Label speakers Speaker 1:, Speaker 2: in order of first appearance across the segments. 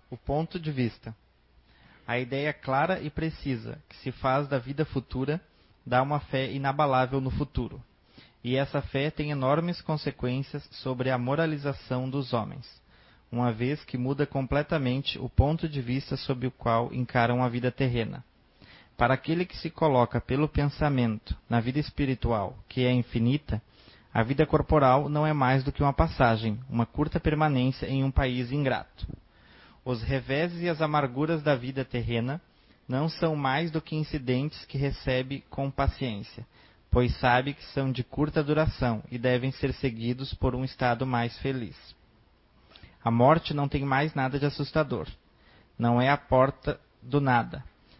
Speaker 1: O ponto de vista. A ideia clara e precisa que se faz da vida futura dá uma fé inabalável no futuro. E essa fé tem enormes consequências sobre a moralização dos homens, uma vez que muda completamente o ponto de vista sob o qual encaram a vida terrena. Para aquele que se coloca pelo pensamento na vida espiritual, que é infinita, a vida corporal não é mais do que uma passagem, uma curta permanência em um país ingrato. Os reveses e as amarguras da vida terrena não são mais do que incidentes que recebe com paciência, pois sabe que são de curta duração e devem ser seguidos por um estado mais feliz. A morte não tem mais nada de assustador. Não é a porta do nada.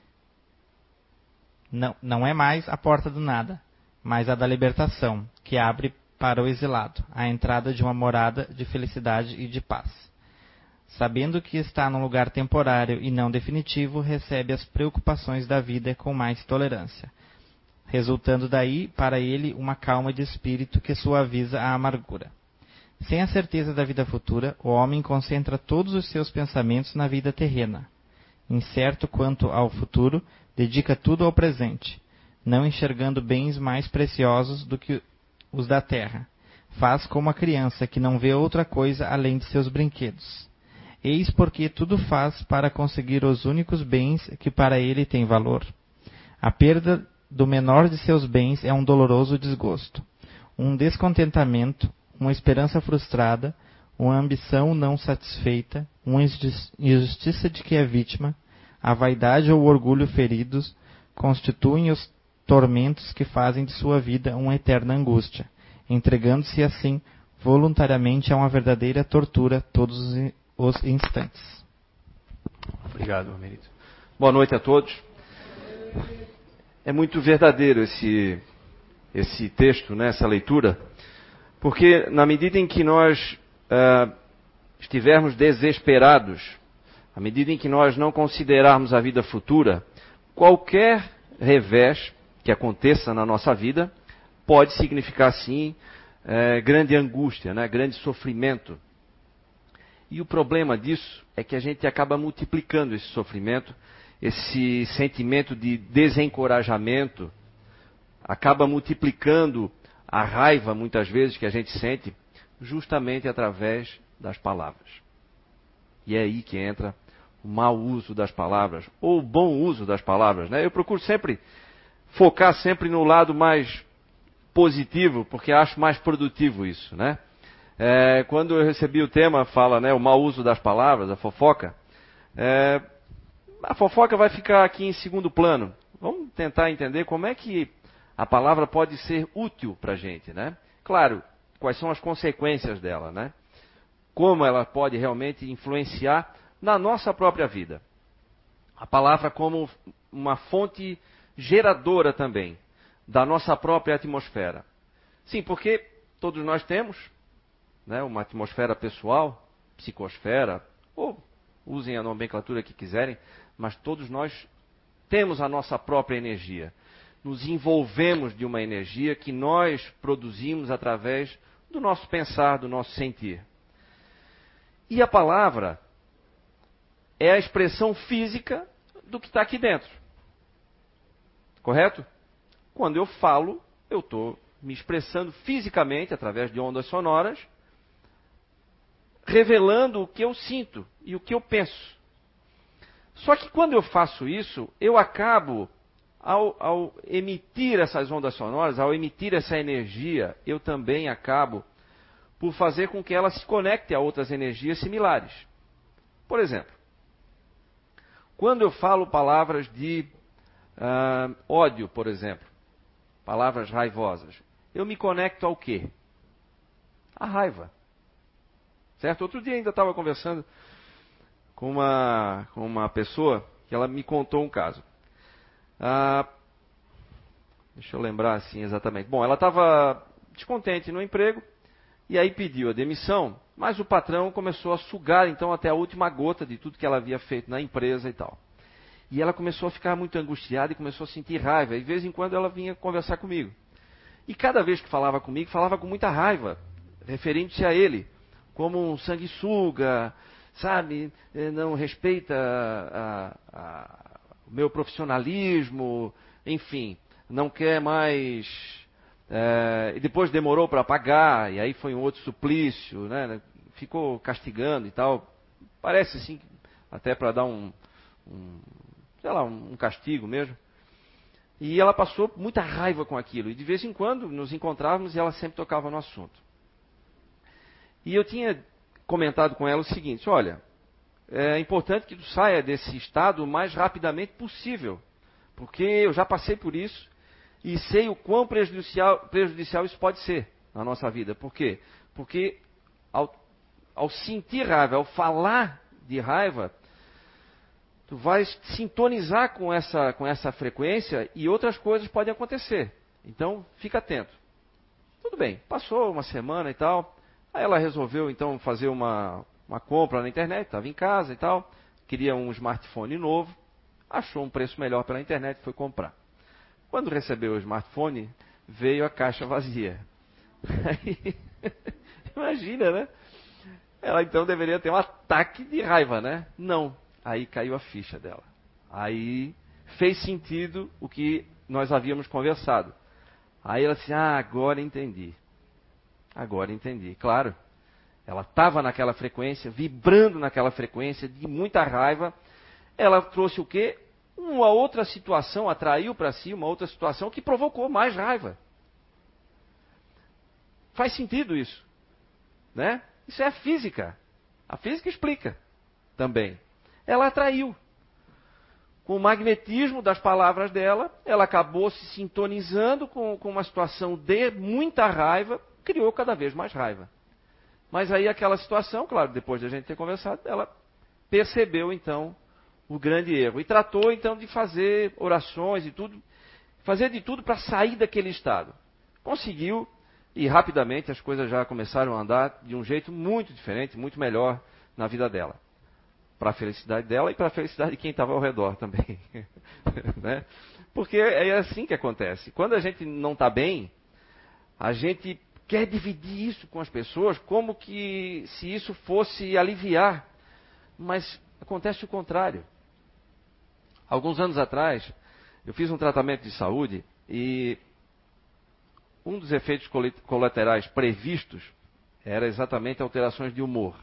Speaker 1: Não é mais a porta do nada, mas a da libertação, que abre para o exilado a entrada de uma morada de felicidade e de paz. Sabendo que está num lugar temporário e não definitivo, recebe as preocupações da vida com mais tolerância, resultando daí para ele uma calma de espírito que suaviza a amargura. Sem a certeza da vida futura, o homem concentra todos os seus pensamentos na vida terrena. Incerto quanto ao futuro, dedica tudo ao presente, não enxergando bens mais preciosos do que os da terra. Faz como a criança que não vê outra coisa além de seus brinquedos. Eis porque tudo faz para conseguir os únicos bens que para ele têm valor. A perda do menor de seus bens é um doloroso desgosto, um descontentamento, uma esperança frustrada, uma ambição não satisfeita, uma injustiça de que é vítima, a vaidade ou o orgulho feridos, constituem os tormentos que fazem de sua vida uma eterna angústia, entregando-se assim voluntariamente a uma verdadeira tortura todos os instantes.
Speaker 2: Obrigado, Romerito. Boa noite a todos. É muito verdadeiro esse texto, né, essa leitura, porque na medida em que nós estivermos desesperados, à medida em que nós não considerarmos a vida futura, qualquer revés que aconteça na nossa vida pode significar, sim, grande angústia, né, grande sofrimento. E o problema disso é que a gente acaba multiplicando esse sofrimento, esse sentimento de desencorajamento, acaba multiplicando a raiva, muitas vezes, que a gente sente, justamente através das palavras. E é aí que entra o mau uso das palavras, ou o bom uso das palavras, né? Eu procuro sempre focar sempre no lado mais positivo, porque acho mais produtivo isso, né? Quando eu recebi o tema, fala, né, o mau uso das palavras, a fofoca. A fofoca vai ficar aqui em segundo plano. Vamos tentar entender como é que a palavra pode ser útil para a gente, né? Claro, quais são as consequências dela, né? Como ela pode realmente influenciar na nossa própria vida. A palavra como uma fonte geradora também da nossa própria atmosfera. Sim, porque todos nós temos, né, uma atmosfera pessoal, psicosfera, ou usem a nomenclatura que quiserem, mas todos nós temos a nossa própria energia. Nos envolvemos de uma energia que nós produzimos através do nosso pensar, do nosso sentir. E a palavra é a expressão física do que está aqui dentro. Correto? Quando eu falo, eu estou me expressando fisicamente, através de ondas sonoras, revelando o que eu sinto e o que eu penso. Só que quando eu faço isso, eu acabo, ao emitir essas ondas sonoras, ao emitir essa energia, eu também acabo por fazer com que ela se conecte a outras energias similares. Por exemplo, quando eu falo palavras de ódio, por exemplo, palavras raivosas, eu me conecto ao quê? À raiva. Certo? Outro dia ainda estava conversando com uma pessoa que ela me contou um caso. Deixa eu lembrar assim exatamente. Bom, ela estava descontente no emprego e aí pediu a demissão, mas o patrão começou a sugar então até a última gota de tudo que ela havia feito na empresa e tal. E ela começou a ficar muito angustiada e começou a sentir raiva. E de vez em quando ela vinha conversar comigo. E cada vez que falava comigo, falava com muita raiva, referindo-se a ele como um sanguessuga, sabe, não respeita o meu profissionalismo, enfim, não quer mais. E depois demorou para pagar, e aí foi um outro suplício, né? Ficou castigando e tal. Parece assim, até para dar sei lá, um castigo mesmo. E ela passou muita raiva com aquilo. E de vez em quando nos encontrávamos e ela sempre tocava no assunto. E eu tinha comentado com ela o seguinte: olha, é importante que tu saia desse estado o mais rapidamente possível. Porque eu já passei por isso e sei o quão prejudicial isso pode ser na nossa vida. Por quê? Porque ao sentir raiva, ao falar de raiva, tu vais sintonizar com essa frequência e outras coisas podem acontecer. Então, fica atento. Tudo bem, passou uma semana e tal. Aí ela resolveu, então, fazer uma compra na internet. Estava em casa e tal. Queria um smartphone novo. Achou um preço melhor pela internet e foi comprar. Quando recebeu o smartphone, veio a caixa vazia. Aí, imagina, né? Ela, então, deveria ter um ataque de raiva, né? Não. Aí caiu a ficha dela. Aí fez sentido o que nós havíamos conversado. Aí ela disse: agora entendi. Agora entendi. Claro, ela estava naquela frequência, vibrando naquela frequência, de muita raiva. Ela trouxe o quê? Uma outra situação, atraiu para si uma outra situação que provocou mais raiva. Faz sentido isso, né? Isso é a física. A física explica também. Ela atraiu. Com o magnetismo das palavras dela, ela acabou se sintonizando com uma situação de muita raiva, criou cada vez mais raiva. Mas aí aquela situação, claro, depois de a gente ter conversado, ela percebeu então o grande erro. E tratou então de fazer orações e tudo, fazer de tudo para sair daquele estado. Conseguiu, e rapidamente as coisas já começaram a andar de um jeito muito diferente, muito melhor na vida dela. Para a felicidade dela e para a felicidade de quem estava ao redor também. Né? Porque é assim que acontece. Quando a gente não está bem, a gente quer dividir isso com as pessoas como que se isso fosse aliviar. Mas acontece o contrário. Alguns anos atrás, eu fiz um tratamento de saúde e um dos efeitos colaterais previstos era exatamente alterações de humor.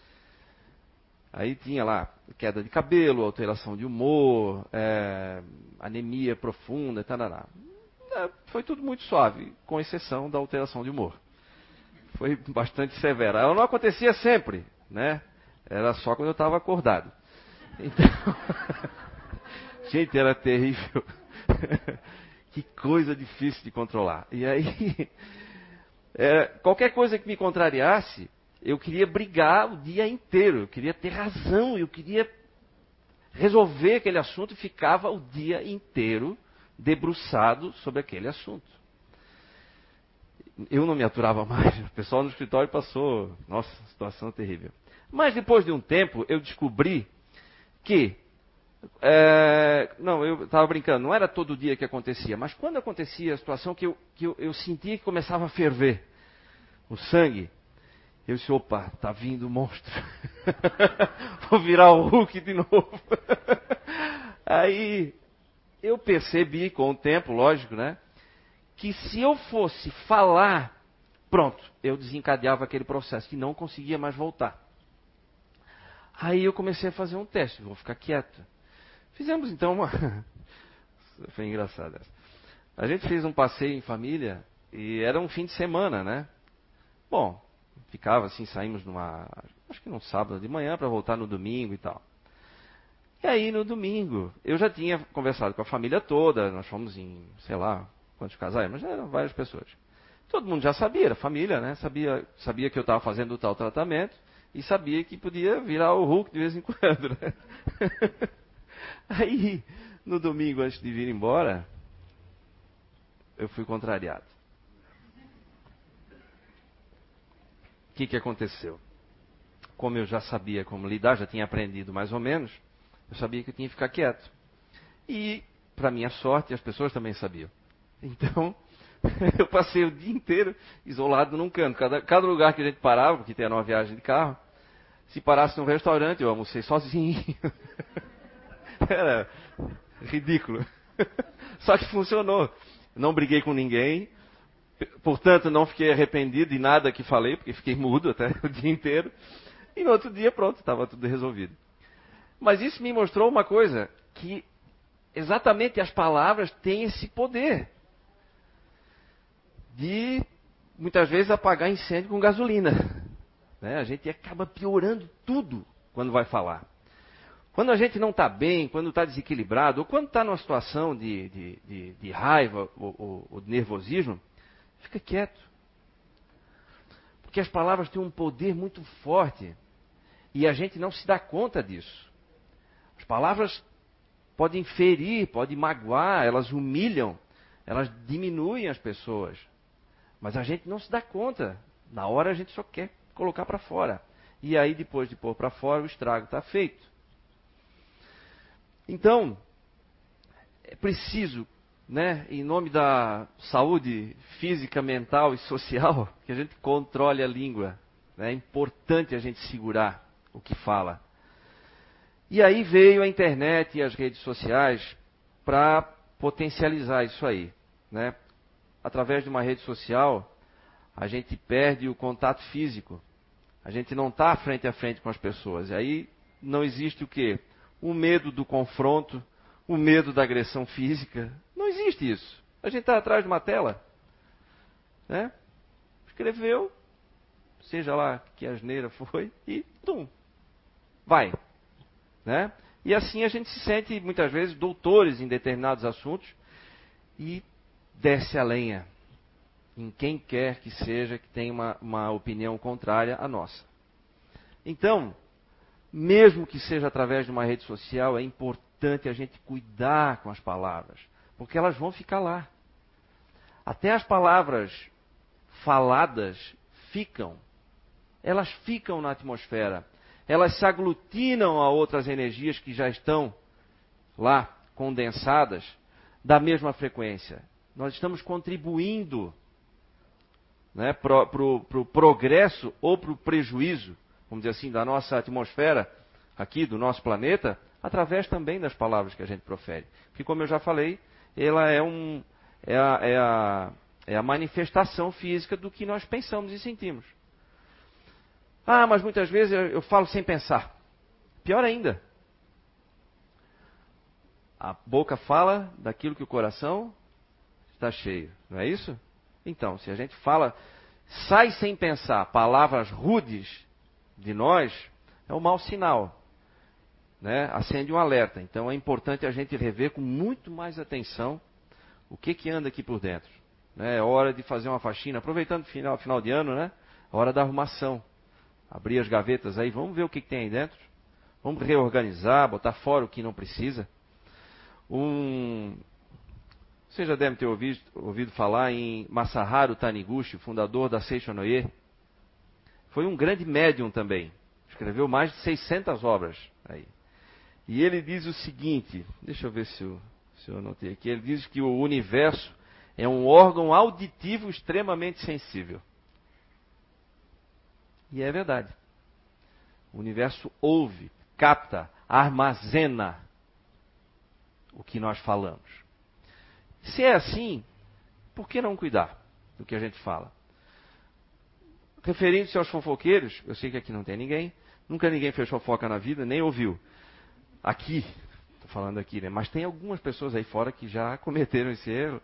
Speaker 2: Aí tinha lá queda de cabelo, alteração de humor, anemia profunda, tarará. Foi tudo muito suave, com exceção da alteração de humor. Foi bastante severa. Ela não acontecia sempre, né? Era só quando eu estava acordado. Então, gente, era terrível. Que coisa difícil de controlar. E aí, qualquer coisa que me contrariasse, eu queria brigar o dia inteiro, eu queria ter razão, eu queria resolver aquele assunto e ficava o dia inteiro debruçado sobre aquele assunto. Eu não me aturava mais, o pessoal no escritório passou, nossa, situação terrível. Mas depois de um tempo eu descobri que, não, eu estava brincando, não era todo dia que acontecia, mas quando acontecia a situação que eu sentia que começava a ferver o sangue, eu disse: opa, tá vindo o monstro. Vou virar o Hulk de novo. Aí eu percebi com o tempo, lógico, né? Que se eu fosse falar, pronto, eu desencadeava aquele processo e não conseguia mais voltar. Aí eu comecei a fazer um teste, vou ficar quieto. Fizemos então uma... Foi engraçado essa. A gente fez um passeio em família e era um fim de semana, né? Bom, ficava assim, saímos acho que num sábado de manhã para voltar no domingo e tal. E aí no domingo, eu já tinha conversado com a família toda, nós fomos em, sei lá, quantos casais, mas eram várias pessoas. Todo mundo já sabia, era família, né? Sabia que eu estava fazendo tal tratamento e sabia que podia virar o Hulk de vez em quando, né? Aí, no domingo, antes de vir embora, eu fui contrariado. O que aconteceu? Como eu já sabia como lidar, já tinha aprendido mais ou menos, eu sabia que eu tinha que ficar quieto. E, para minha sorte, as pessoas também sabiam. Então, eu passei o dia inteiro isolado num canto. Cada lugar que a gente parava, porque era uma viagem de carro, Se parasse num restaurante, eu almocei sozinho. Era ridículo. Só que funcionou. Não briguei com ninguém. Portanto, não fiquei arrependido de nada que falei, porque fiquei mudo até o dia inteiro. E no outro dia, pronto, estava tudo resolvido. Mas isso me mostrou uma coisa, que exatamente as palavras têm esse poder de, muitas vezes, apagar incêndio com gasolina. Né? A gente acaba piorando tudo quando vai falar. Quando a gente não está bem, quando está desequilibrado, ou quando está numa situação de raiva ou de nervosismo, fica quieto. Porque as palavras têm um poder muito forte e a gente não se dá conta disso. As palavras podem ferir, podem magoar, elas humilham, elas diminuem as pessoas. Mas a gente não se dá conta. Na hora a gente só quer colocar para fora. E aí, depois de pôr para fora, o estrago está feito. Então, é preciso, né, em nome da saúde física, mental e social, que a gente controle a língua. É importante a gente segurar o que fala. E aí veio a internet e as redes sociais para potencializar isso aí. Né? Através de uma rede social, a gente perde o contato físico. A gente não está frente a frente com as pessoas. E aí não existe o quê? O medo do confronto, o medo da agressão física. Não existe isso. A gente está atrás de uma tela. Né? Escreveu, seja lá que asneira foi, e tum, vai. Né? E assim a gente se sente, muitas vezes, doutores em determinados assuntos e desce a lenha em quem quer que seja que tenha uma opinião contrária à nossa. Então, mesmo que seja através de uma rede social, é importante a gente cuidar com as palavras, porque elas vão ficar lá. Até as palavras faladas ficam. Elas ficam na atmosfera. Elas se aglutinam a outras energias que já estão lá condensadas da mesma frequência. Nós estamos contribuindo, né, para o progresso ou para o prejuízo, vamos dizer assim, da nossa atmosfera, aqui do nosso planeta, através também das palavras que a gente profere. Porque, como eu já falei, ela é a manifestação física do que nós pensamos e sentimos. Ah, mas muitas vezes eu falo sem pensar. Pior ainda. A boca fala daquilo que o coração está cheio. Não é isso? Então, se a gente fala, sai sem pensar palavras rudes de nós, é um mau sinal. Né? Acende um alerta. Então é importante a gente rever com muito mais atenção o que anda aqui por dentro. Né? É hora de fazer uma faxina, aproveitando o final de ano, né? A hora da arrumação. Abrir as gavetas aí, vamos ver o que tem aí dentro. Vamos reorganizar, botar fora o que não precisa. Você já deve ter ouvido falar em Masaharu Taniguchi, fundador da Seishonoye. Foi um grande médium também. Escreveu mais de 600 obras aí. E ele diz o seguinte, deixa eu ver se eu anotei aqui. Ele diz que o universo é um órgão auditivo extremamente sensível. E é verdade. O universo ouve, capta, armazena o que nós falamos. Se é assim, por que não cuidar do que a gente fala? Referindo-se aos fofoqueiros, eu sei que aqui não tem ninguém, nunca ninguém fez fofoca na vida, nem ouviu. Aqui, estou falando aqui, né? Mas tem algumas pessoas aí fora que já cometeram esse erro.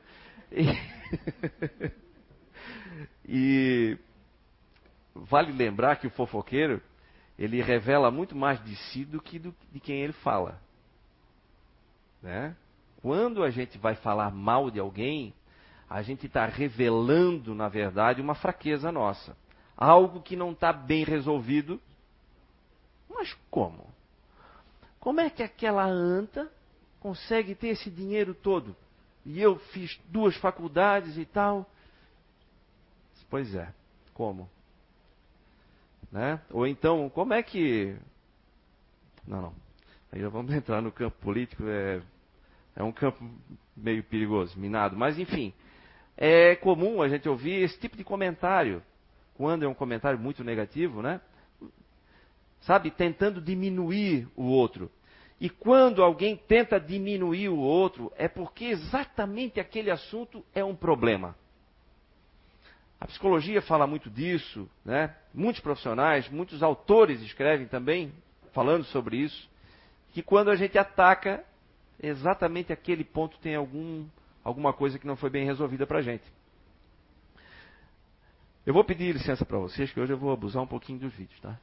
Speaker 2: E vale lembrar que o fofoqueiro, ele revela muito mais de si do que de quem ele fala. Né? Quando a gente vai falar mal de alguém, a gente está revelando, na verdade, uma fraqueza nossa. Algo que não está bem resolvido. Mas como? Como é que aquela anta consegue ter esse dinheiro todo? E eu fiz 2 faculdades e tal. Pois é, como? Né? Ou então, como é que... Não. Aí já vamos entrar no campo político, é um campo meio perigoso, minado. Mas, enfim, é comum a gente ouvir esse tipo de comentário. Quando é um comentário muito negativo, né? sabe, tentando diminuir o outro. E quando alguém tenta diminuir o outro, é porque exatamente aquele assunto é um problema. A psicologia fala muito disso, né? Muitos profissionais, muitos autores escrevem também, falando sobre isso, que quando a gente ataca, exatamente aquele ponto tem alguma coisa que não foi bem resolvida para a gente. Eu vou pedir licença para vocês, que hoje eu vou abusar um pouquinho dos vídeos, tá?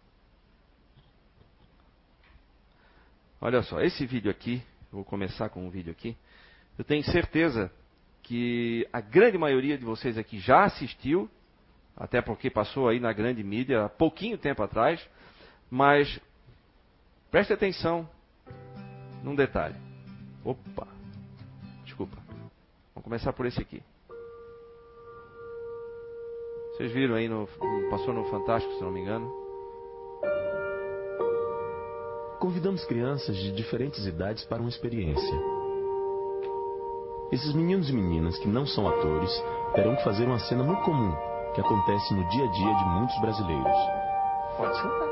Speaker 2: Olha só, esse vídeo aqui, vou começar com um vídeo aqui. Eu tenho certeza que a grande maioria de vocês aqui já assistiu, até porque passou aí na grande mídia há pouquinho tempo atrás, mas preste atenção num detalhe. Opa, desculpa. Vamos começar por esse aqui. Vocês viram aí, passou no Fantástico, se não me engano.
Speaker 3: Convidamos crianças de diferentes idades para uma experiência. Esses meninos e meninas que não são atores terão que fazer uma cena muito comum que acontece no dia a dia de muitos brasileiros.
Speaker 4: Pode sentar.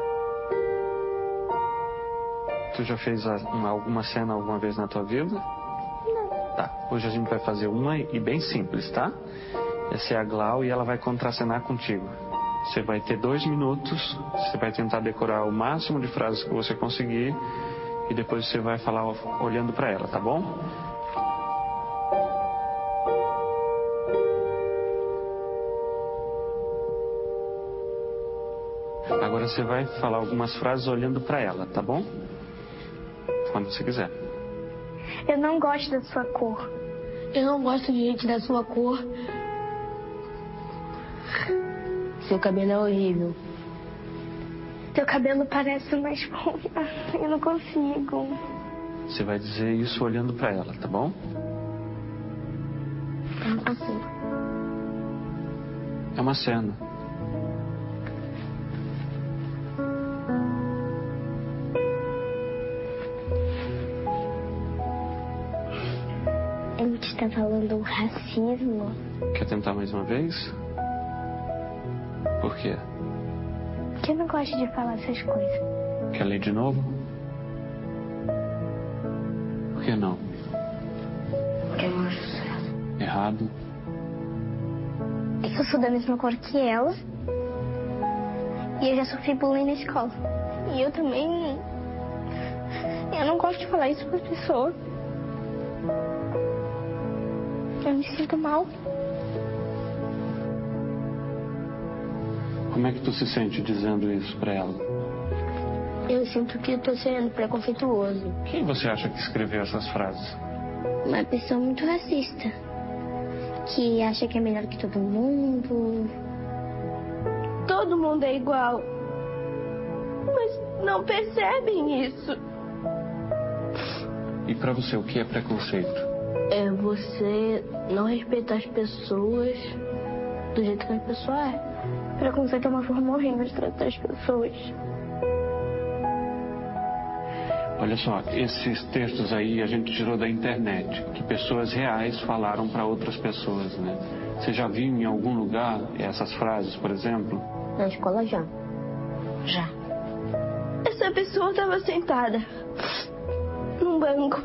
Speaker 4: Tu já fez alguma cena alguma vez na tua vida?
Speaker 5: Não.
Speaker 4: Tá, hoje a gente vai fazer uma e bem simples, tá? Essa é a Glau e ela vai contracenar contigo. Você vai ter 2 minutos, você vai tentar decorar o máximo de frases que você conseguir e depois você vai falar olhando para ela, tá bom? Agora você vai falar algumas frases olhando para ela, tá bom? Quando você quiser.
Speaker 5: Eu não gosto da sua cor.
Speaker 6: Eu não gosto de gente da sua cor. Seu cabelo é horrível.
Speaker 5: Teu cabelo parece uma esponja. Eu não consigo.
Speaker 4: Você vai dizer isso olhando para ela, tá bom?
Speaker 6: Eu não consigo.
Speaker 4: É uma cena.
Speaker 5: A gente está falando racismo.
Speaker 4: Quer tentar mais uma vez? Por quê?
Speaker 5: Porque eu não gosto de falar essas coisas.
Speaker 4: Quer ler de novo? Por que não?
Speaker 6: Porque eu não acho certo.
Speaker 4: Errado?
Speaker 5: É que eu sou da mesma cor que ela. E eu já sofri bullying na escola. E eu também... Eu não gosto de falar isso para as pessoas. Eu me sinto mal.
Speaker 4: Como é que tu se sente dizendo isso pra ela?
Speaker 6: Eu sinto que estou sendo preconceituoso.
Speaker 4: Quem você acha que escreveu essas frases?
Speaker 5: Uma pessoa muito racista. Que acha que é melhor que todo mundo. Todo mundo é igual. Mas não percebem isso.
Speaker 4: E pra você, o que é preconceito?
Speaker 6: É você não respeitar as pessoas do jeito que a pessoa é.
Speaker 5: Preconceito é uma forma horrível de tratar as pessoas.
Speaker 4: Olha só, esses textos aí a gente tirou da internet, que pessoas reais falaram para outras pessoas, né? Você já viu em algum lugar essas frases, por exemplo?
Speaker 6: Na escola já. Já.
Speaker 5: Essa pessoa estava sentada num banco.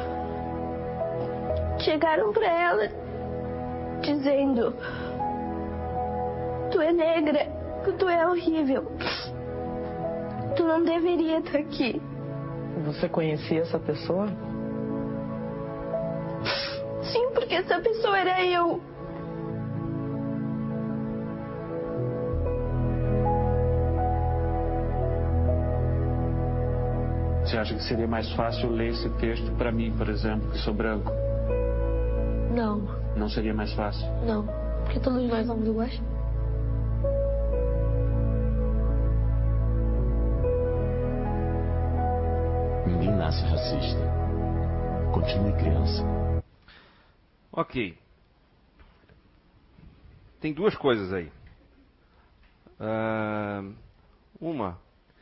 Speaker 5: Chegaram pra ela dizendo: tu é negra, tu é horrível. Tu não deveria estar aqui.
Speaker 7: Você conhecia essa pessoa?
Speaker 5: Sim, porque essa pessoa era eu.
Speaker 4: Você acha que seria mais fácil ler esse texto para mim, por exemplo, que sou branco?
Speaker 6: Não,
Speaker 4: Não seria mais fácil?
Speaker 6: não. Porque todos nós somos iguais.
Speaker 3: Ninguém nasce racista. Continue criança.
Speaker 2: Ok. Tem 2 coisas aí. Uma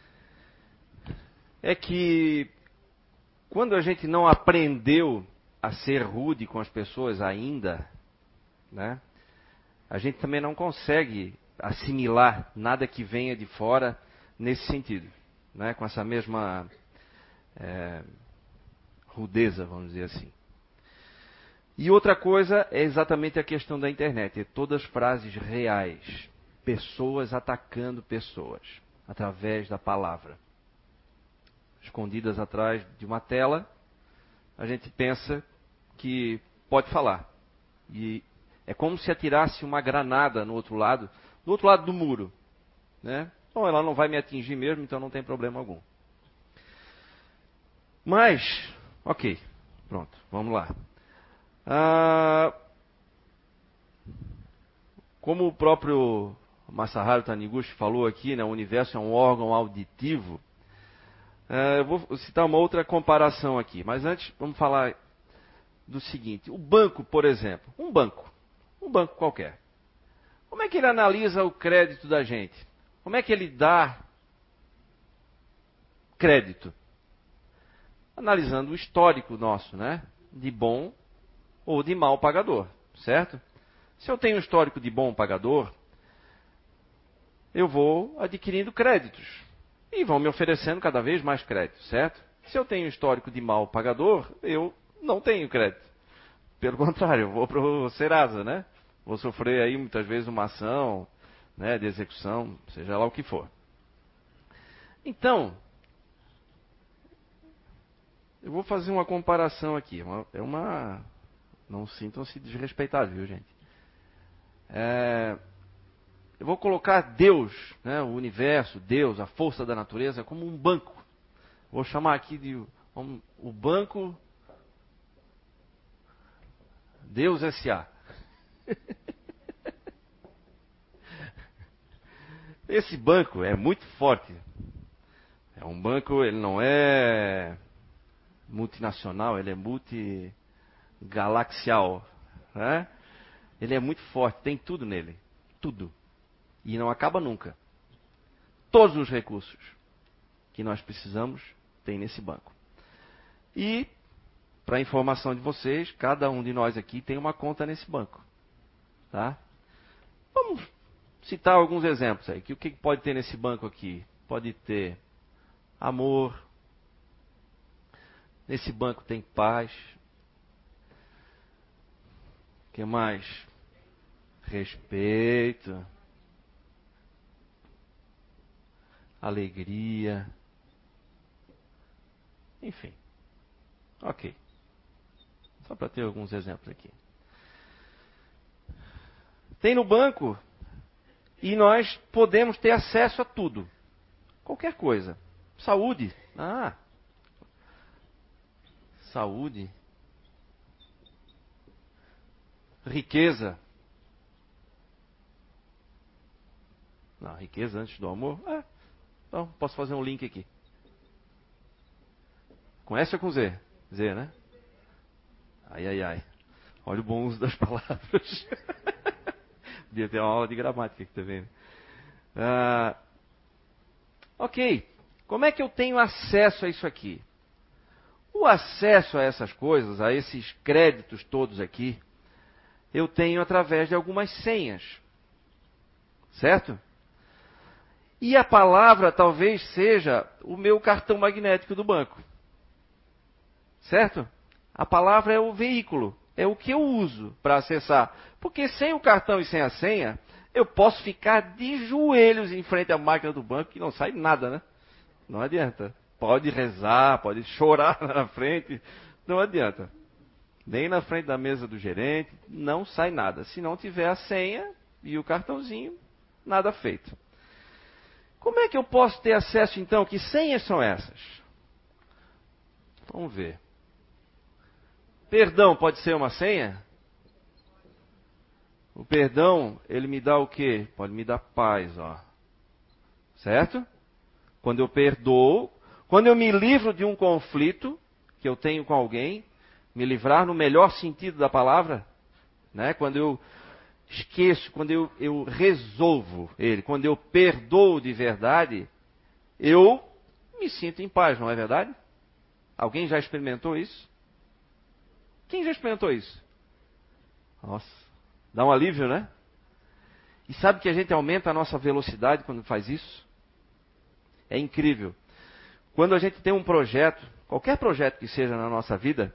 Speaker 2: é que quando a gente não aprendeu a ser rude com as pessoas ainda, né, a gente também não consegue assimilar nada que venha de fora nesse sentido. né, com essa mesma rudeza, vamos dizer assim. E outra coisa é exatamente a questão da internet. É todas frases reais. Pessoas atacando pessoas. Através da palavra. Escondidas atrás de uma tela. A gente pensa que pode falar. E é como se atirasse uma granada no outro lado. Do outro lado do muro. Né? Bom, ela não vai me atingir mesmo, então não tem problema algum. Mas, ok. Pronto, vamos lá. Como o próprio Masaharu Taniguchi falou aqui, né, o universo é um órgão auditivo. Eu vou citar uma outra comparação aqui, mas antes vamos falar do seguinte: o banco, por exemplo, um banco qualquer. Como é que ele analisa o crédito da gente? Como é que ele dá crédito? Analisando o histórico nosso, né, de bom ou de mau pagador, certo? Se eu tenho um histórico de bom pagador, eu vou adquirindo créditos e vão me oferecendo cada vez mais crédito, certo? Se eu tenho um histórico de mau pagador, eu não tenho crédito. Pelo contrário, eu vou para o Serasa, né? Vou sofrer aí muitas vezes uma ação, né, de execução, seja lá o que for. Então, eu vou fazer uma comparação aqui. Não sintam-se desrespeitados, viu, gente? Eu vou colocar Deus, né, o universo, Deus, a força da natureza, como um banco. Vou chamar aqui de o banco Deus S.A. Esse banco é muito forte. É um banco, ele não é multinacional, ele é multigalaxial, né? Ele é muito forte, tem tudo nele. Tudo. E não acaba nunca. Todos os recursos que nós precisamos tem nesse banco. E, para a informação de vocês, cada um de nós aqui tem uma conta nesse banco. Tá? Vamos citar alguns exemplos aí. O que pode ter nesse banco aqui? Pode ter amor. Nesse banco tem paz. O que mais? Respeito. Alegria. Enfim. Ok. Só para ter alguns exemplos aqui. Tem no banco e nós podemos ter acesso a tudo. Qualquer coisa. Saúde. Saúde. Riqueza. Não, riqueza antes do amor? Então, posso fazer um link aqui. Com S ou com Z? Z, né? Ai. Olha o bom uso das palavras. Devia ter uma aula de gramática aqui também. Ok. Como é que eu tenho acesso a isso aqui? O acesso a essas coisas, a esses créditos todos aqui, eu tenho através de algumas senhas. Certo? E a palavra talvez seja o meu cartão magnético do banco. Certo? A palavra é o veículo, é o que eu uso para acessar. Porque sem o cartão e sem a senha, eu posso ficar de joelhos em frente à máquina do banco e não sai nada, né? Não adianta. Pode rezar, pode chorar na frente, não adianta. Nem na frente da mesa do gerente, não sai nada. Se não tiver a senha e o cartãozinho, nada feito. Como é que eu posso ter acesso, então? Que senhas são essas? Vamos ver. Perdão pode ser uma senha? O perdão, ele me dá o quê? Pode me dar paz, ó. Certo? Quando eu perdoo, quando eu me livro de um conflito que eu tenho com alguém, me livrar no melhor sentido da palavra, né? Quando eu esqueço, quando eu resolvo ele, quando eu perdoo de verdade, eu me sinto em paz, não é verdade? Alguém já experimentou isso? Quem já experimentou isso? Nossa, dá um alívio, né? E sabe que a gente aumenta a nossa velocidade quando faz isso? É incrível. quando a gente tem um projeto, qualquer projeto que seja na nossa vida,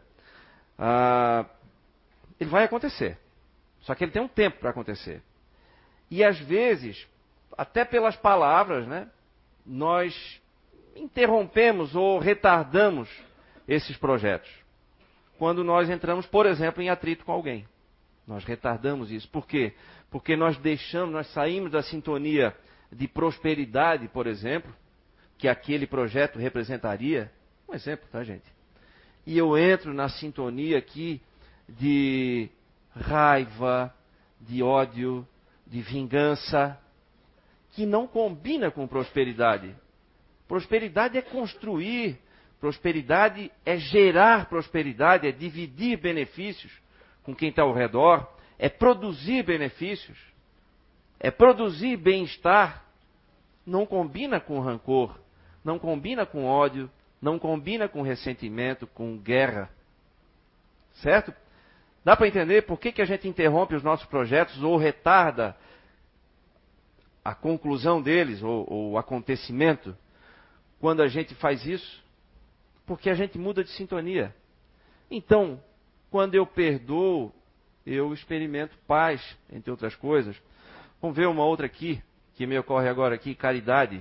Speaker 2: ele vai acontecer. Só que ele tem um tempo para acontecer. E às vezes, até pelas palavras, né, nós interrompemos ou retardamos esses projetos. Quando nós entramos, por exemplo, em atrito com alguém. Nós retardamos isso. Por quê? Porque nós saímos da sintonia de prosperidade, por exemplo, que aquele projeto representaria. Um exemplo, tá, gente? E eu entro na sintonia aqui de raiva, de ódio, de vingança, que não combina com prosperidade. Prosperidade é construir, prosperidade é gerar prosperidade, é dividir benefícios com quem está ao redor, é produzir benefícios, é produzir bem-estar. Não combina com rancor, não combina com ódio, não combina com ressentimento, com guerra. Certo? Dá para entender por que a gente interrompe os nossos projetos ou retarda a conclusão deles ou o acontecimento quando a gente faz isso? Porque a gente muda de sintonia. Então, quando eu perdoo, eu experimento paz, entre outras coisas. Vamos ver uma outra aqui, que me ocorre agora aqui, caridade.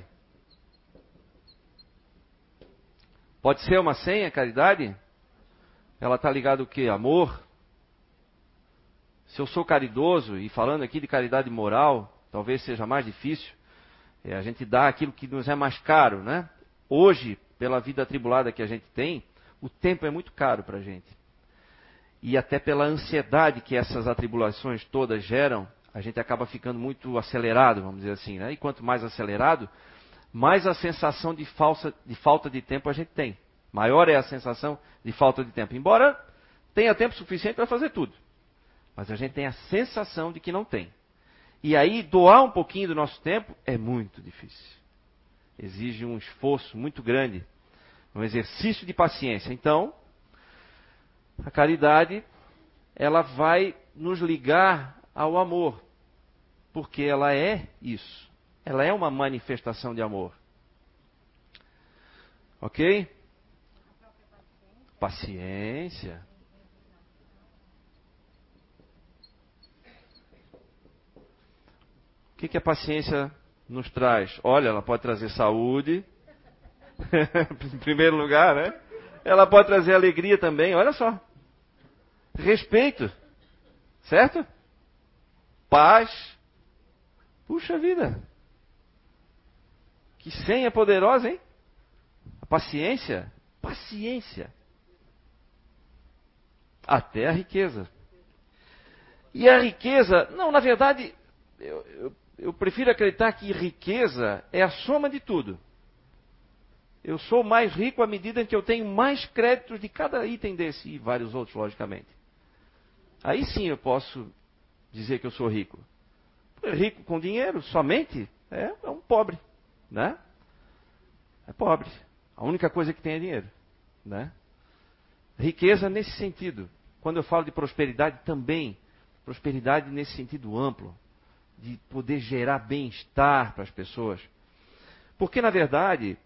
Speaker 2: Pode ser uma senha, caridade? Ela está ligada ao quê? Amor? Se eu sou caridoso, e falando aqui de caridade moral, talvez seja mais difícil, a gente dá aquilo que nos é mais caro, né? Hoje, pela vida atribulada que a gente tem, o tempo é muito caro para a gente. E até pela ansiedade que essas atribulações todas geram, a gente acaba ficando muito acelerado, vamos dizer assim, né? E quanto mais acelerado, mais a sensação de falta de tempo a gente tem. Maior é a sensação de falta de tempo. Embora tenha tempo suficiente para fazer tudo. Mas a gente tem a sensação de que não tem. E aí, doar um pouquinho do nosso tempo é muito difícil. Exige um esforço muito grande, um exercício de paciência. Então, a caridade, ela vai nos ligar ao amor. Porque ela é isso. Ela é uma manifestação de amor. Ok? Paciência. O que a paciência nos traz? Olha, ela pode trazer saúde, em primeiro lugar, né? Ela pode trazer alegria também, olha só. Respeito, certo? Paz. Puxa vida. Que senha poderosa, hein? A paciência. Paciência. Até a riqueza. E a riqueza, não, na verdade, eu prefiro acreditar que riqueza é a soma de tudo. Eu sou mais rico à medida em que eu tenho mais créditos de cada item desse e vários outros, logicamente. Aí sim eu posso dizer que eu sou rico. Rico com dinheiro somente é um pobre, né? É pobre. A única coisa que tem é dinheiro, né? Riqueza nesse sentido. Quando eu falo de prosperidade também, prosperidade nesse sentido amplo. De poder gerar bem-estar para as pessoas. Porque, na verdade,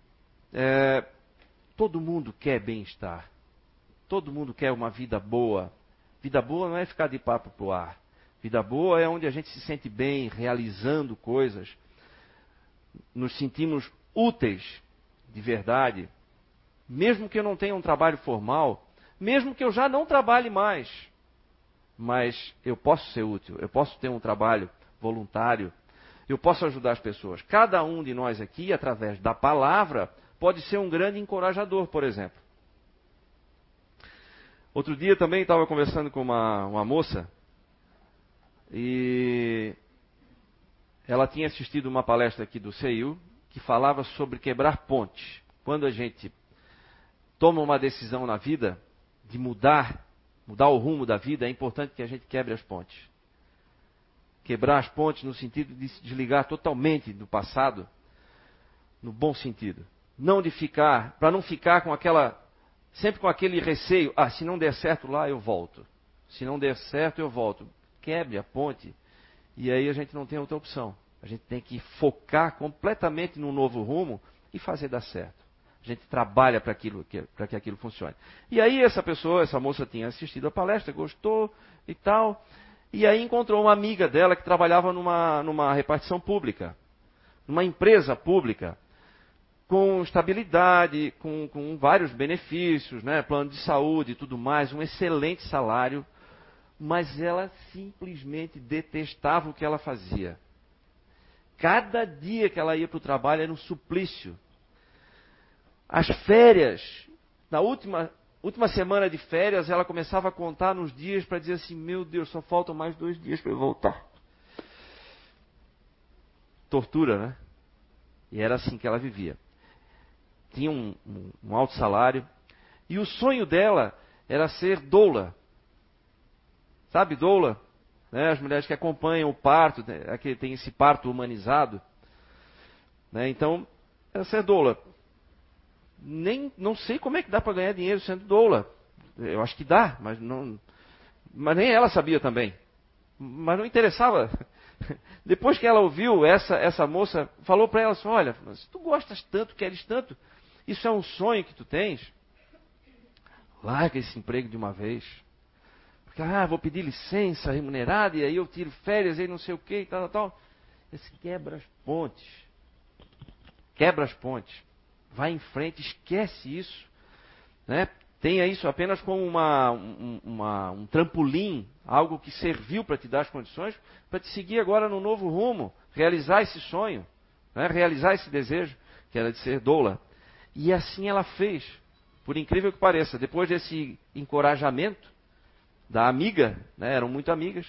Speaker 2: todo mundo quer bem-estar. Todo mundo quer uma vida boa. Vida boa não é ficar de papo pro ar. Vida boa é onde a gente se sente bem, realizando coisas. Nos sentimos úteis de verdade. Mesmo que eu não tenha um trabalho formal, mesmo que eu já não trabalhe mais. Mas eu posso ser útil, eu posso ter um trabalho voluntário, eu posso ajudar as pessoas. Cada um de nós aqui, através da palavra, pode ser um grande encorajador, por exemplo. Outro dia também estava conversando com uma moça e ela tinha assistido uma palestra aqui do CEU que falava sobre quebrar pontes. Quando a gente toma uma decisão na vida de mudar o rumo da vida, é importante que a gente quebre as pontes. Quebrar as pontes no sentido de se desligar totalmente do passado, no bom sentido. Para não ficar com sempre com aquele receio, se não der certo lá, eu volto. Se não der certo, eu volto. Quebre a ponte e aí a gente não tem outra opção. A gente tem que focar completamente num novo rumo e fazer dar certo. A gente trabalha para que aquilo funcione. E aí essa moça tinha assistido a palestra, gostou e tal. E aí encontrou uma amiga dela que trabalhava numa repartição pública, numa empresa pública, com estabilidade, com vários benefícios, né? Plano de saúde e tudo mais, um excelente salário. Mas ela simplesmente detestava o que ela fazia. Cada dia que ela ia para o trabalho era um suplício. As férias, na última semana de férias, ela começava a contar nos dias para dizer assim, meu Deus, só faltam mais 2 dias para eu voltar. Tortura, né? E era assim que ela vivia. Tinha um alto salário. E o sonho dela era ser doula. Sabe doula? Né? As mulheres que acompanham o parto, né? Que tem esse parto humanizado. Né? Então, era ser doula. Não sei como é que dá para ganhar dinheiro sendo doula. Eu acho que dá, mas nem ela sabia também. Mas não interessava. Depois que ela ouviu, essa moça falou para ela assim, olha, se tu gostas tanto, queres tanto, isso é um sonho que tu tens, larga esse emprego de uma vez. Porque, vou pedir licença remunerada, e aí eu tiro férias, e não sei o que, e tal. Esse quebra as pontes. Quebra as pontes. Vai em frente, esquece isso. Né? Tenha isso apenas como um trampolim, algo que serviu para te dar as condições, para te seguir agora no novo rumo, realizar esse sonho, né? Realizar esse desejo, que era de ser doula. E assim ela fez, por incrível que pareça. Depois desse encorajamento da amiga, né? Eram muito amigas,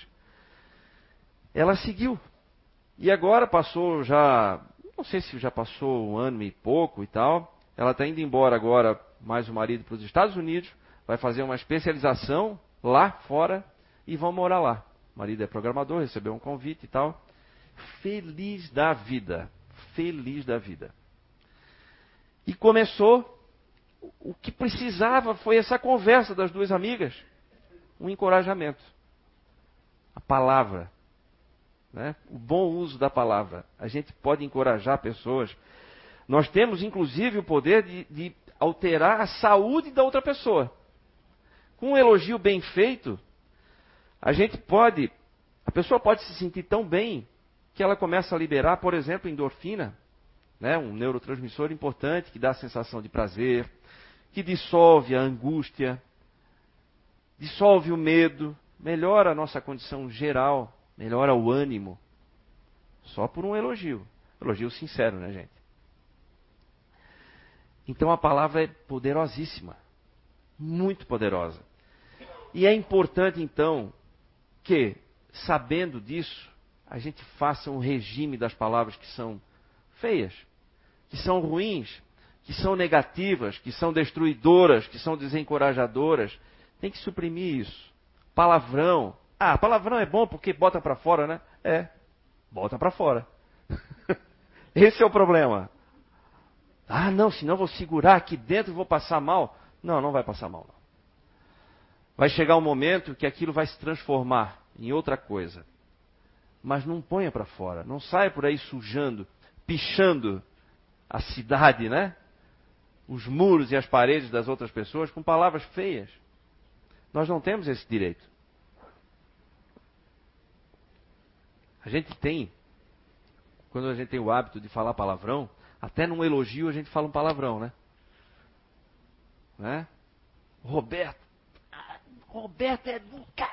Speaker 2: ela seguiu. E agora passou já, não sei se já passou 1 ano e pouco e tal. Ela está indo embora agora, mais o marido, para os Estados Unidos. Vai fazer uma especialização lá fora e vão morar lá. O marido é programador, recebeu um convite e tal. Feliz da vida. Feliz da vida. E começou, o que precisava foi essa conversa das 2 amigas. Um encorajamento. A palavra. Né? O bom uso da palavra. A gente pode encorajar pessoas. Nós temos, inclusive, o poder de alterar a saúde da outra pessoa. Com um elogio bem feito, a pessoa pode se sentir tão bem que ela começa a liberar, por exemplo, endorfina, né? Um neurotransmissor importante que dá a sensação de prazer, que dissolve a angústia, dissolve o medo, melhora a nossa condição geral, melhora o ânimo. Só por um elogio. Elogio sincero, né, gente? Então a palavra é poderosíssima. Muito poderosa. E é importante, então, que, sabendo disso, a gente faça um regime das palavras que são feias, que são ruins, que são negativas, que são destruidoras, que são desencorajadoras. Tem que suprimir isso. Palavrão. Palavrão é bom porque bota para fora, né? Bota para fora. Esse é o problema. Não, senão eu vou segurar aqui dentro e vou passar mal. Não vai passar mal. Não. Vai chegar um momento que aquilo vai se transformar em outra coisa. Mas não ponha para fora. Não saia por aí sujando, pichando a cidade, né? Os muros e as paredes das outras pessoas com palavras feias. Nós não temos esse direito. A gente tem, quando a gente tem o hábito de falar palavrão, até num elogio a gente fala um palavrão, né? Roberto é do cara.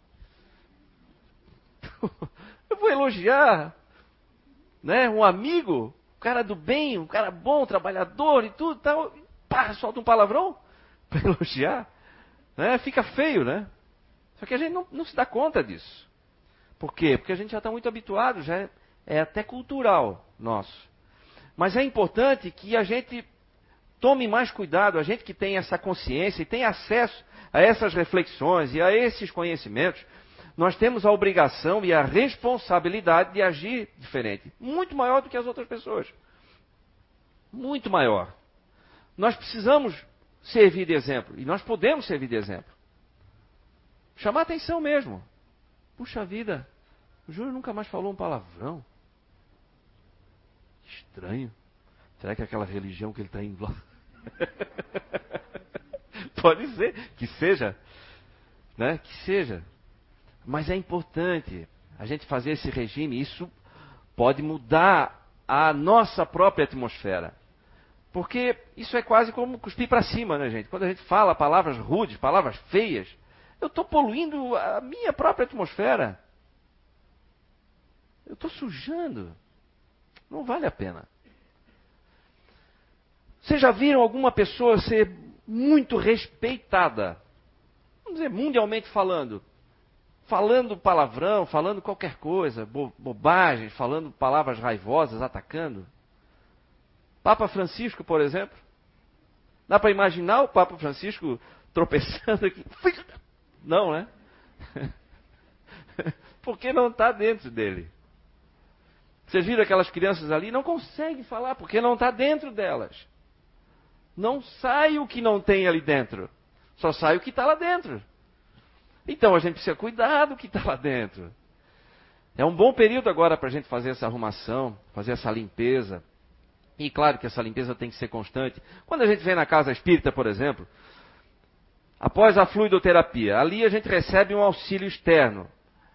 Speaker 2: Eu vou elogiar, né? Um amigo, um cara do bem, um cara bom, trabalhador e tudo, tal. Solta um palavrão para elogiar, né? Fica feio, né? Só que a gente não se dá conta disso. Por quê? Porque a gente já está muito habituado, já é até cultural nosso. Mas é importante que a gente tome mais cuidado, a gente que tem essa consciência e tem acesso a essas reflexões e a esses conhecimentos, nós temos a obrigação e a responsabilidade de agir diferente. Muito maior do que as outras pessoas. Muito maior. Nós precisamos servir de exemplo. E nós podemos servir de exemplo. Chamar atenção mesmo. Puxa vida, o Júnior nunca mais falou um palavrão. Estranho. Será que é aquela religião que ele está indo lá? Pode ser, que seja, né? Que seja. Mas é importante a gente fazer esse regime. Isso pode mudar a nossa própria atmosfera. Porque isso é quase como cuspir para cima, né, gente? Quando a gente fala palavras rudes, palavras feias, eu estou poluindo a minha própria atmosfera. Eu estou sujando. Não vale a pena. Vocês já viram alguma pessoa ser muito respeitada? Vamos dizer, mundialmente falando. Falando palavrão, falando qualquer coisa, bobagem, falando palavras raivosas, atacando. Papa Francisco, por exemplo. Dá para imaginar o Papa Francisco tropeçando aqui? Não, né? Porque não está dentro dele. Vocês viram aquelas crianças ali? Não conseguem falar porque não está dentro delas. Não sai o que não tem ali dentro. Só sai o que está lá dentro. Então a gente precisa cuidar do que está lá dentro. É um bom período agora para a gente fazer essa arrumação, fazer essa limpeza. E claro que essa limpeza tem que ser constante. Quando a gente vem na casa espírita, por exemplo, após a fluidoterapia, ali a gente recebe um auxílio externo.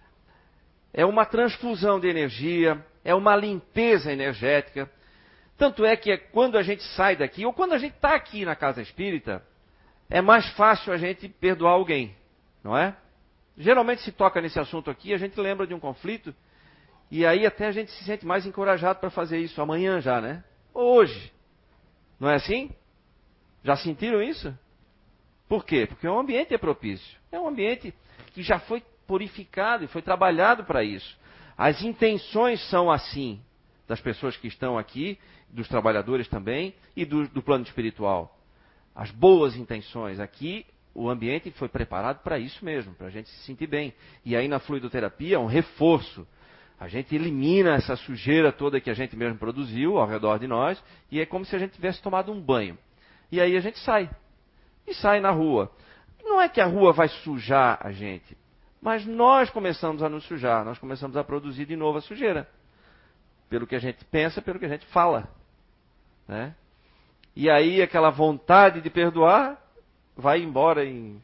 Speaker 2: É uma transfusão de energia, é uma limpeza energética. Tanto é que quando a gente sai daqui, ou quando a gente está aqui na casa espírita, é mais fácil a gente perdoar alguém, não é? Geralmente se toca nesse assunto aqui, a gente lembra de um conflito, e aí até a gente se sente mais encorajado para fazer isso amanhã já, né? Hoje. Não é assim? Já sentiram isso? Por quê? Porque o ambiente é propício. É um ambiente que já foi purificado e foi trabalhado para isso. As intenções são assim, das pessoas que estão aqui, dos trabalhadores também, e do plano espiritual. As boas intenções. Aqui, o ambiente foi preparado para isso mesmo, para a gente se sentir bem. E aí na fluidoterapia é um reforço. A gente elimina essa sujeira toda que a gente mesmo produziu ao redor de nós, e é como se a gente tivesse tomado um banho. E aí a gente sai. E sai na rua. Não é que a rua vai sujar a gente, mas nós começamos a nos sujar, nós começamos a produzir de novo a sujeira. Pelo que a gente pensa, pelo que a gente fala. Né? E aí aquela vontade de perdoar vai embora em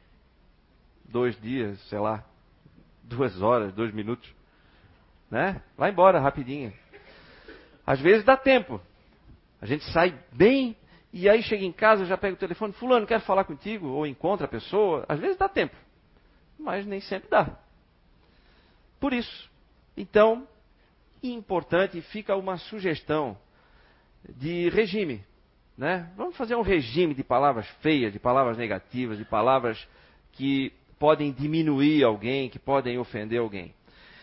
Speaker 2: 2 dias, sei lá, 2 horas, 2 minutos. Né? Vai embora rapidinho. Às vezes dá tempo. A gente sai bem e aí chega em casa, já pega o telefone, fulano, quero falar contigo, ou encontra a pessoa. Às vezes dá tempo, mas nem sempre dá. Por isso, então, importante, fica uma sugestão de regime. Né? Vamos fazer um regime de palavras feias, de palavras negativas, de palavras que podem diminuir alguém, que podem ofender alguém.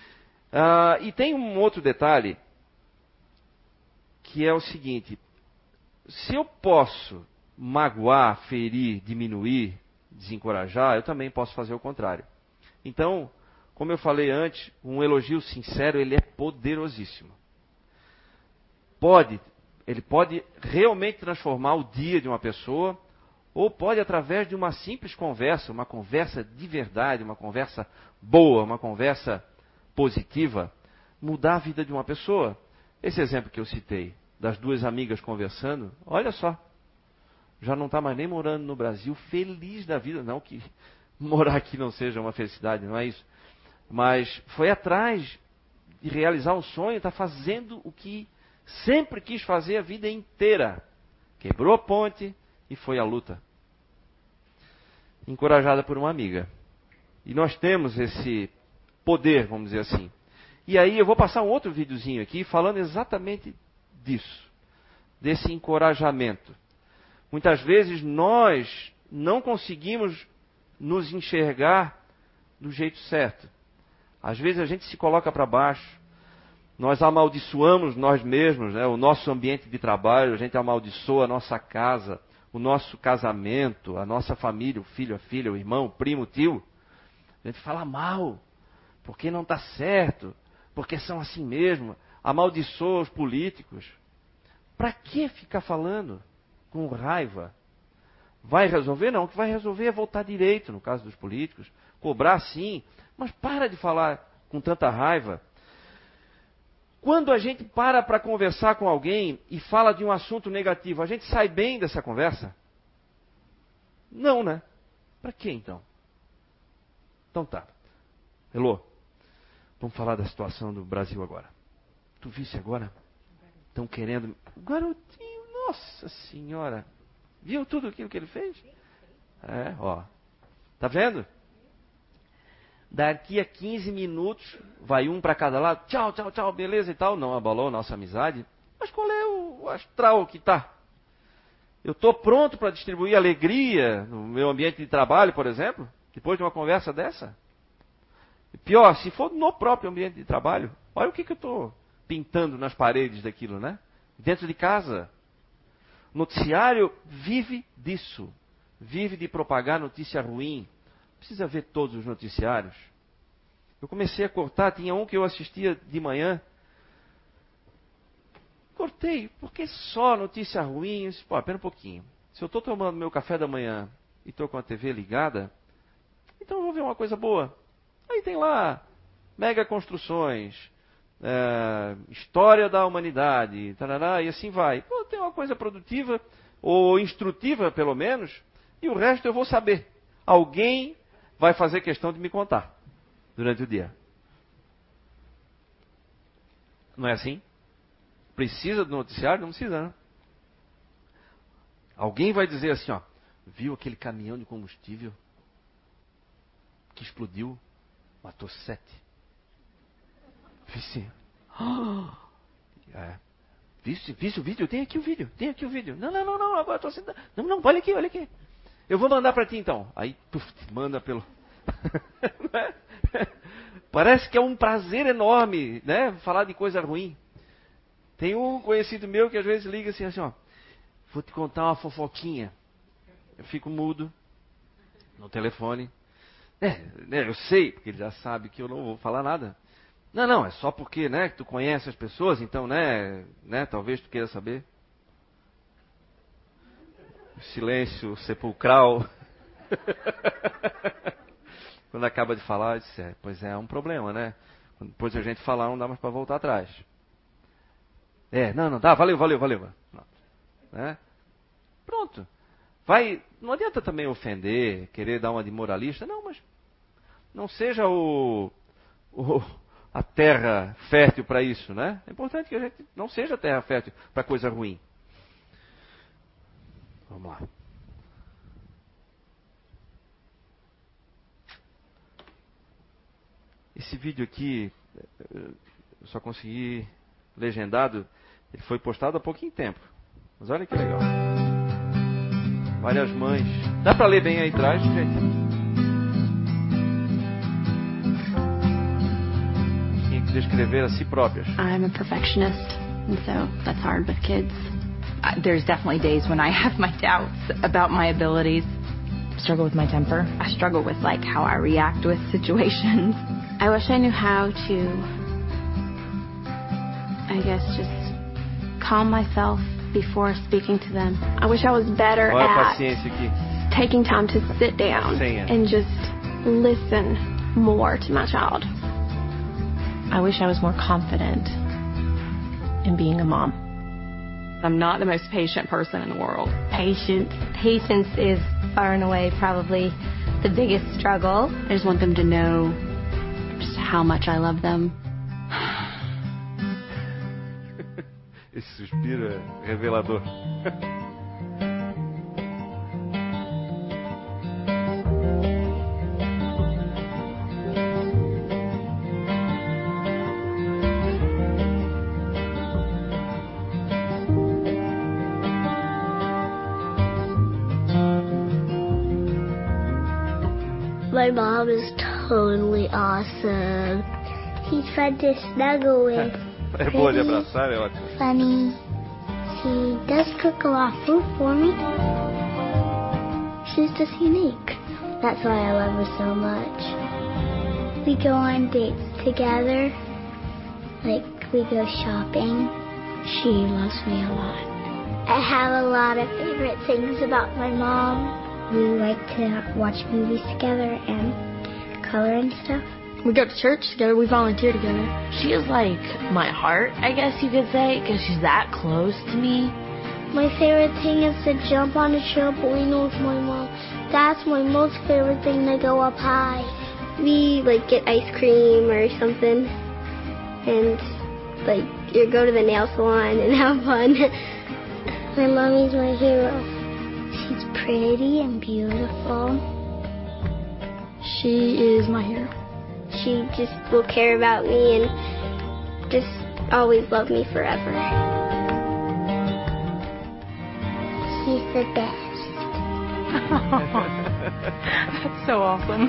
Speaker 2: E tem um outro detalhe, que é o seguinte: se eu posso magoar, ferir, diminuir, desencorajar, eu também posso fazer o contrário. Então, como eu falei antes, um elogio sincero, ele é poderosíssimo. Ele pode realmente transformar o dia de uma pessoa, ou pode, através de uma simples conversa, uma conversa de verdade, uma conversa boa, uma conversa positiva, mudar a vida de uma pessoa. Esse exemplo que eu citei, das 2 amigas conversando, olha só, já não está mais nem morando no Brasil, feliz da vida, não que morar aqui não seja uma felicidade, não é isso, mas foi atrás de realizar um sonho, está fazendo o que sempre quis fazer a vida inteira, quebrou a ponte e foi à luta, encorajada por uma amiga. E nós temos esse poder, vamos dizer assim. E aí eu vou passar um outro videozinho aqui falando exatamente disso, desse encorajamento. Muitas vezes nós não conseguimos nos enxergar do jeito certo. Às vezes a gente se coloca para baixo, nós amaldiçoamos nós mesmos, né? O nosso ambiente de trabalho, a gente amaldiçoa a nossa casa, o nosso casamento, a nossa família, o filho, a filha, o irmão, o primo, o tio. A gente fala mal, porque não está certo, porque são assim mesmo, amaldiçoa os políticos. Para que ficar falando com raiva? Vai resolver? Não, o que vai resolver é voltar direito, no caso dos políticos, cobrar sim, mas para de falar com tanta raiva. Quando a gente para conversar com alguém e fala de um assunto negativo, a gente sai bem dessa conversa? Não, né? Para quê, então? Então tá. Elô, vamos falar da situação do Brasil agora. Tu viste agora? Estão querendo... O garotinho, nossa senhora. Viu tudo aquilo que ele fez? É, ó. Tá vendo? Daqui a 15 minutos, vai um para cada lado. Tchau, tchau, tchau, beleza e tal. Não abalou a nossa amizade. Mas qual é o astral que tá? Eu estou pronto para distribuir alegria no meu ambiente de trabalho, por exemplo, depois de uma conversa dessa? E pior, se for no próprio ambiente de trabalho, olha o que eu estou pintando nas paredes daquilo, né? Dentro de casa. O noticiário vive disso. Vive de propagar notícia ruim. Precisa ver todos os noticiários. Eu comecei a cortar, tinha um que eu assistia de manhã. Cortei, porque só notícia ruim. Eu disse, pô, pera um pouquinho. Se eu estou tomando meu café da manhã e estou com a TV ligada, então eu vou ver uma coisa boa. Aí tem lá, mega construções, história da humanidade, tarará, e assim vai. Pô, tem uma coisa produtiva, ou instrutiva pelo menos, e o resto eu vou saber. Alguém vai fazer questão de me contar durante o dia. Não é assim? Precisa do noticiário? Não precisa, não. Alguém vai dizer assim, ó, viu aquele caminhão de combustível que explodiu, matou 7. Vice. Viste o vídeo? Tem aqui o vídeo. Não, agora estou sentado. Não, olha aqui. Eu vou mandar para ti então. Aí, manda pelo... Parece que é um prazer enorme, né? Falar de coisa ruim. Tem um conhecido meu que às vezes liga assim, ó, vou te contar uma fofoquinha. Eu fico mudo no telefone. Eu sei, porque ele já sabe que eu não vou falar nada. Não, é só porque, né, que tu conhece as pessoas, então, né, talvez tu queira saber. Silêncio sepulcral. Quando acaba de falar, eu disse, pois é um problema, né? Depois a gente falar, não dá mais para voltar atrás. Não, tá, valeu. Não. Né? Pronto. Não adianta também ofender, querer dar uma de moralista, não, mas não seja a terra fértil para isso, né? É importante que a gente não seja a terra fértil para coisa ruim. Vamos lá. Esse vídeo aqui, eu só consegui legendado, ele foi postado há pouquinho tempo. Mas olha que legal. Várias mães. Dá para ler bem aí atrás, gente? Tinha que descrever a si próprias.
Speaker 8: I'm a perfectionist, and so that's hard with kids. There's definitely days when I have my doubts about my abilities. I struggle with my temper. I struggle with how I react with situations. I wish I knew how to, I guess, just calm myself before speaking to them. I wish I was better at taking time to sit down and just listen more to my child. I wish I was more confident in being a mom. I'm not the most patient person in the world.
Speaker 5: Patience is far and away probably the biggest struggle.
Speaker 8: I just want them to know just how much I love them.
Speaker 2: Esse suspiro é revelador.
Speaker 5: My mom is totally awesome. She's fun to snuggle with.
Speaker 2: É boa de abraçar, é ótimo.
Speaker 5: Funny. She does cook a lot of food for me. She's just unique. That's why I love her so much. We go on dates together. We go shopping. She loves me a lot. I have a lot of favorite things about my mom. We like to watch movies together and color and stuff.
Speaker 8: We go to church together. We volunteer together. She is like my heart, I guess you could say, because she's that close to me.
Speaker 5: My favorite thing is to jump on the trampoline with my mom. That's my most favorite thing, to go up high. We get ice cream or something and go to the nail salon and have fun. My mommy's my hero. She's pretty and beautiful.
Speaker 8: She is my hero.
Speaker 5: She just will care about me and just always love me forever. She's the best.
Speaker 8: That's so awesome.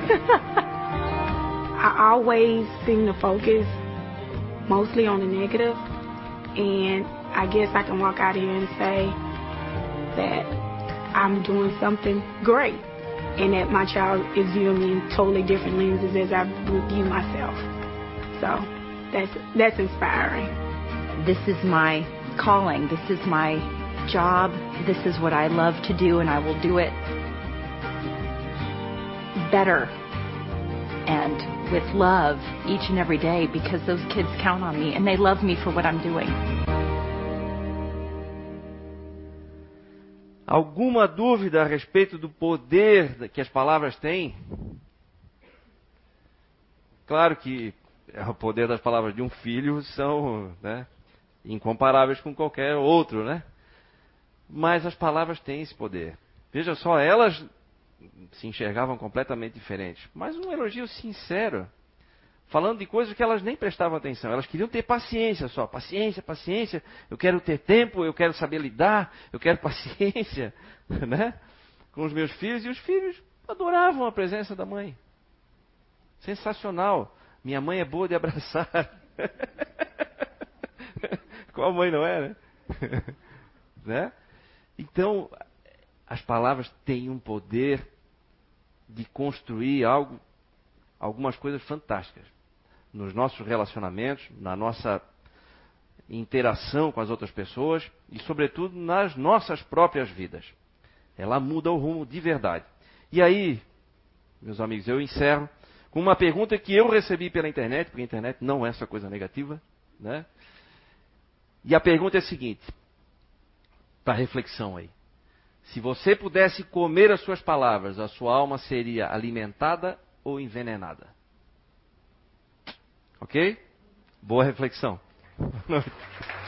Speaker 8: I always seem to focus mostly on the negative, and I guess I can walk out here and say that I'm doing something great and that my child is viewing me in totally different lenses as I would view myself. So that's inspiring.
Speaker 9: This is my calling. This is my job. This is what I love to do, and I will do it better and with love each and every day, because those kids count on me and they love me for what I'm doing.
Speaker 2: Alguma dúvida a respeito do poder que as palavras têm? Claro que o poder das palavras de um filho são, incomparáveis com qualquer outro, né? Mas as palavras têm esse poder. Veja só, elas se enxergavam completamente diferentes. Mas um elogio sincero, falando de coisas que elas nem prestavam atenção. Elas queriam ter paciência só. Paciência, paciência. Eu quero ter tempo, eu quero saber lidar, eu quero paciência, né? Com os meus filhos. E os filhos adoravam a presença da mãe. Sensacional. Minha mãe é boa de abraçar. Qual mãe não é, né? Né? Então, as palavras têm um poder de construir algumas coisas fantásticas nos nossos relacionamentos, na nossa interação com as outras pessoas e, sobretudo, nas nossas próprias vidas. Ela muda o rumo de verdade. E aí, meus amigos, eu encerro com uma pergunta que eu recebi pela internet, porque a internet não é essa coisa negativa, né? E a pergunta é a seguinte, para reflexão aí. Se você pudesse comer as suas palavras, a sua alma seria alimentada ou envenenada? Ok? Boa reflexão.